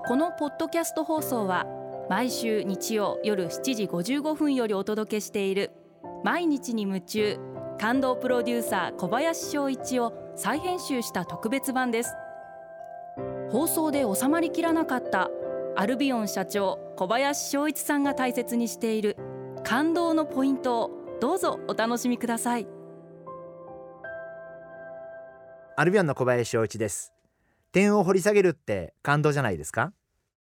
このポッドキャスト放送は毎週日曜夜7時55分よりお届けしている毎日に夢中感動プロデューサー小林翔一を再編集した特別版です。放送で収まりきらなかったアルビオン社長小林翔一さんが大切にしている感動のポイントをどうぞお楽しみください。 アルビオンの小林翔一です。点を掘り下げるって感動じゃないですか？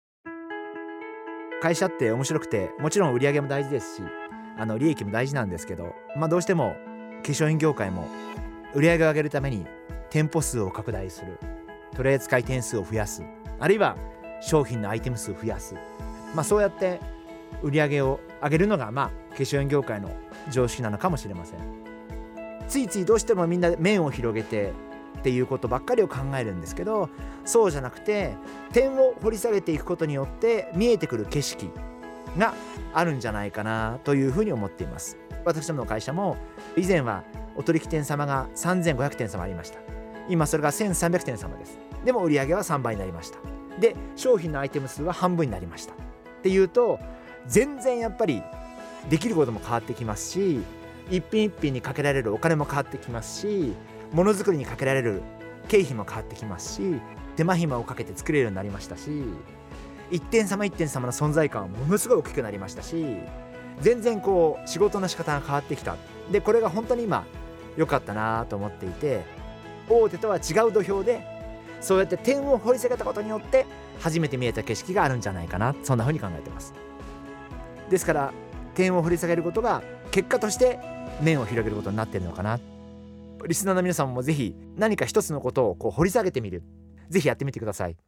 会社って面白くて、もちろん売り上げも大事ですし、利益も大事なんですけど、どうしても化粧品業界も売り上げを上げるために店舗数を拡大する、取り扱い点数を増やす、あるいは商品のアイテム数を増やす、そうやって売り上げを上げるのが化粧品業界の常識なのかもしれません。ついついどうしてもみんな面を広げてっていうことばっかりを考えるんですけど、そうじゃなくて点を掘り下げていくことによって見えてくる景色があるんじゃないかなというふうに思っています。私どもの会社も以前はお取引店様が3500店様ありました。今それが1300店様です。でも売上は3倍になりました。で商品のアイテム数は半分になりましたっていうと、全然やっぱりできることも変わってきますし、一品一品にかけられるお金も変わってきますし、ものづくりにかけられる経費も変わってきますし、手間暇をかけて作れるようになりましたし、一点様一点様の存在感はものすごい大きくなりましたし、全然仕事の仕方が変わってきた。でこれが本当に今良かったなと思っていて、大手とは違う土俵でそうやって点を掘り下げたことによって初めて見えた景色があるんじゃないかな、そんな風に考えています。ですから点を掘り下げることが結果として面を広げることになっているのかな。リスナーの皆さんもぜひ何か一つのことを掘り下げてみる、ぜひやってみてください。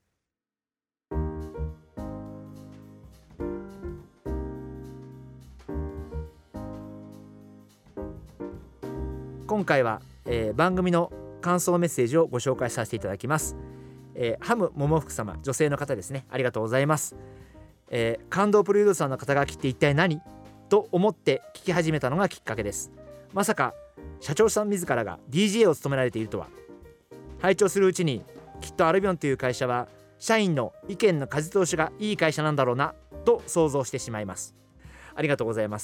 今回は、番組の感想メッセージをご紹介させていただきます。ハム桃福様、女性の方ですね、ありがとうございます。感動プロデューサーの肩書きって一体何と思って聞き始めたのがきっかけです。まさか社長さん自らが DJ を務められているとは。拝聴するうちにきっとアルビオンという会社は社員の意見の風通しがいい会社なんだろうなと想像してしまいます。ありがとうございます。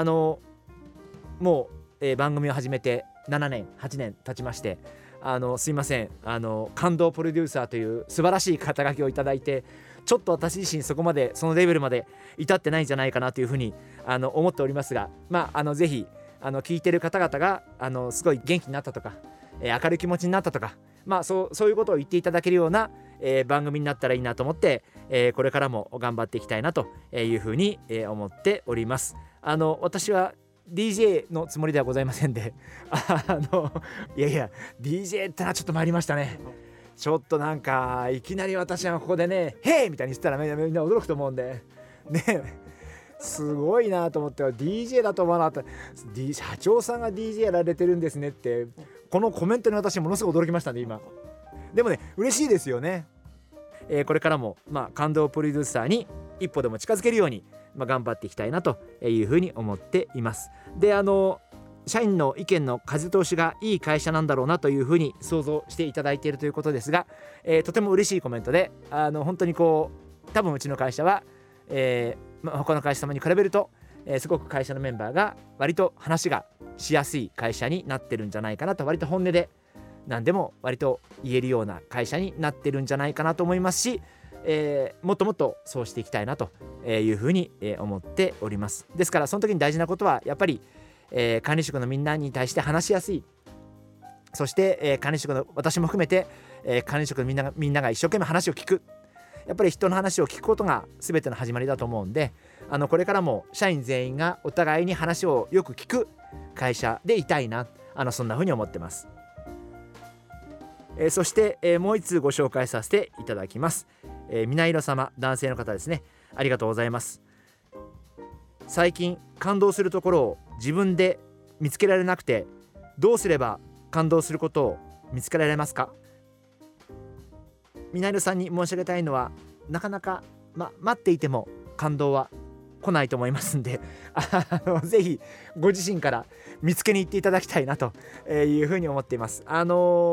もう、番組を始めて7年8年経ちまして、すいません、感動プロデューサーという素晴らしい肩書きをいただいて、ちょっと私自身そこまでそのレベルまで至ってないんじゃないかなというふうに思っておりますが、ぜひ聞いてる方々がすごい元気になったとか、明るい気持ちになったとか、そういうことを言っていただけるような、番組になったらいいなと思って、これからも頑張っていきたいなというふうに、思っております。私は DJ のつもりではございませんでいや DJ ってのはちょっと参りましたね。ちょっとなんかいきなり私はここでねヘイみたいに言ったらみんな驚くと思うんでね、すごいなと思って、 DJ だと思わなかった。社長さんが DJ やられてるんですねって、このコメントに私ものすごく驚きましたね今。でもね、嬉しいですよね。これからも感動プロデューサーに一歩でも近づけるように頑張っていきたいなというふうに思っています。で社員の意見の風通しがいい会社なんだろうなというふうに想像していただいているということですが、とても嬉しいコメントで、本当に多分うちの会社は、他の会社様に比べると、すごく会社のメンバーが割と話がしやすい会社になってるんじゃないかなと、割と本音で何でも割と言えるような会社になってるんじゃないかなと思いますし、もっともっとそうしていきたいなというふうに思っております。ですからその時に大事なことはやっぱり、管理職のみんなに対して話しやすい、そして、管理職の私も含めて、管理職のみんなが一生懸命話を聞く、やっぱり人の話を聞くことが全ての始まりだと思うんで、これからも社員全員がお互いに話をよく聞く会社でいたいな、そんなふうに思ってます。そして、もう一通ご紹介させていただきます。みなひろ様、男性の方ですね、ありがとうございます。最近感動するところを自分で見つけられなくて、どうすれば感動することを見つけられますか？みなひろさんに申し上げたいのは、なかなか、待っていても感動は来ないと思いますんでぜひご自身から見つけに行っていただきたいなというふうに思っています。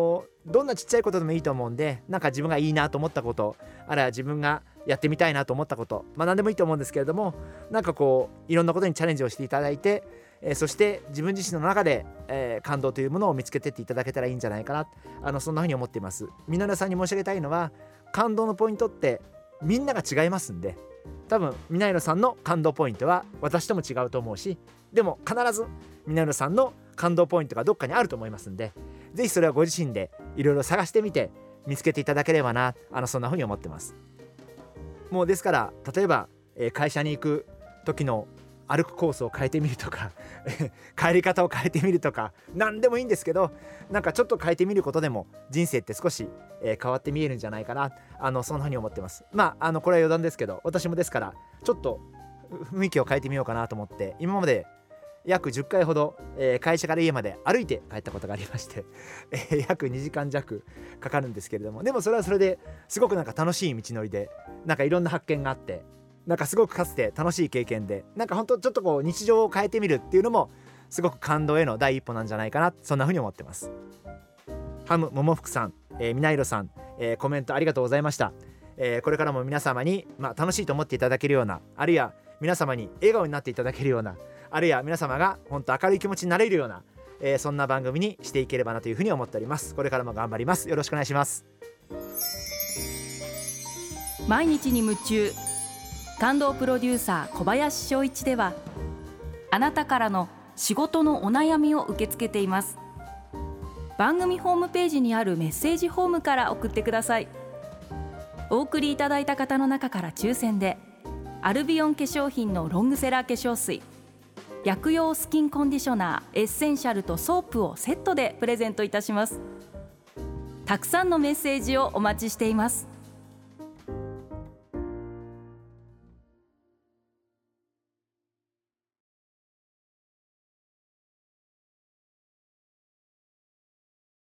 どんなちっちゃいことでもいいと思うんで、なんか自分がいいなと思ったこと、あるいは自分がやってみたいなと思ったこと、何でもいいと思うんですけれども、なんかこういろんなことにチャレンジをしていただいて、そして自分自身の中で、感動というものを見つけていっていただけたらいいんじゃないかな、そんなふうに思っています。みなるさんに申し上げたいのは、感動のポイントってみんなが違いますんで、多分みなるさんの感動ポイントは私とも違うと思うし、でも必ずみなるさんの感動ポイントがどっかにあると思いますんで、ぜひそれはご自身でいろいろ探してみて見つけていただければな、そんなふうに思ってます。もうですから例えば、会社に行く時の歩くコースを変えてみるとか帰り方を変えてみるとか、何でもいいんですけど、なんかちょっと変えてみることでも人生って少し、変わって見えるんじゃないかな、そんなふうに思ってます。これは余談ですけど、私もですからちょっと雰囲気を変えてみようかなと思って、今まで約10回ほど、会社から家まで歩いて帰ったことがありまして約2時間弱かかるんですけれども、でもそれはそれですごくなんか楽しい道のりで、なんかいろんな発見があって、なんかすごくかつて楽しい経験で、なんか本当ちょっとこう日常を変えてみるっていうのもすごく感動への第一歩なんじゃないかな、そんな風に思ってます。ハムももふくさん、みなひろさん、コメントありがとうございました。これからも皆様に、楽しいと思っていただけるような、あるいは皆様に笑顔になっていただけるような、あるいは皆様が本当明るい気持ちになれるような、そんな番組にしていければなというふうに思っております。これからも頑張ります。よろしくお願いします。 毎日に夢中、感動プロデューサー小林翔一では、あなたからの仕事のお悩みを受け付けています。番組ホームページにあるメッセージフォームから送ってください。お送りいただいた方の中から抽選で、アルビオン化粧品のロングセラー化粧水、薬用スキンコンディショナーエッセンシャルとソープをセットでプレゼントいたします。たくさんのメッセージをお待ちしています。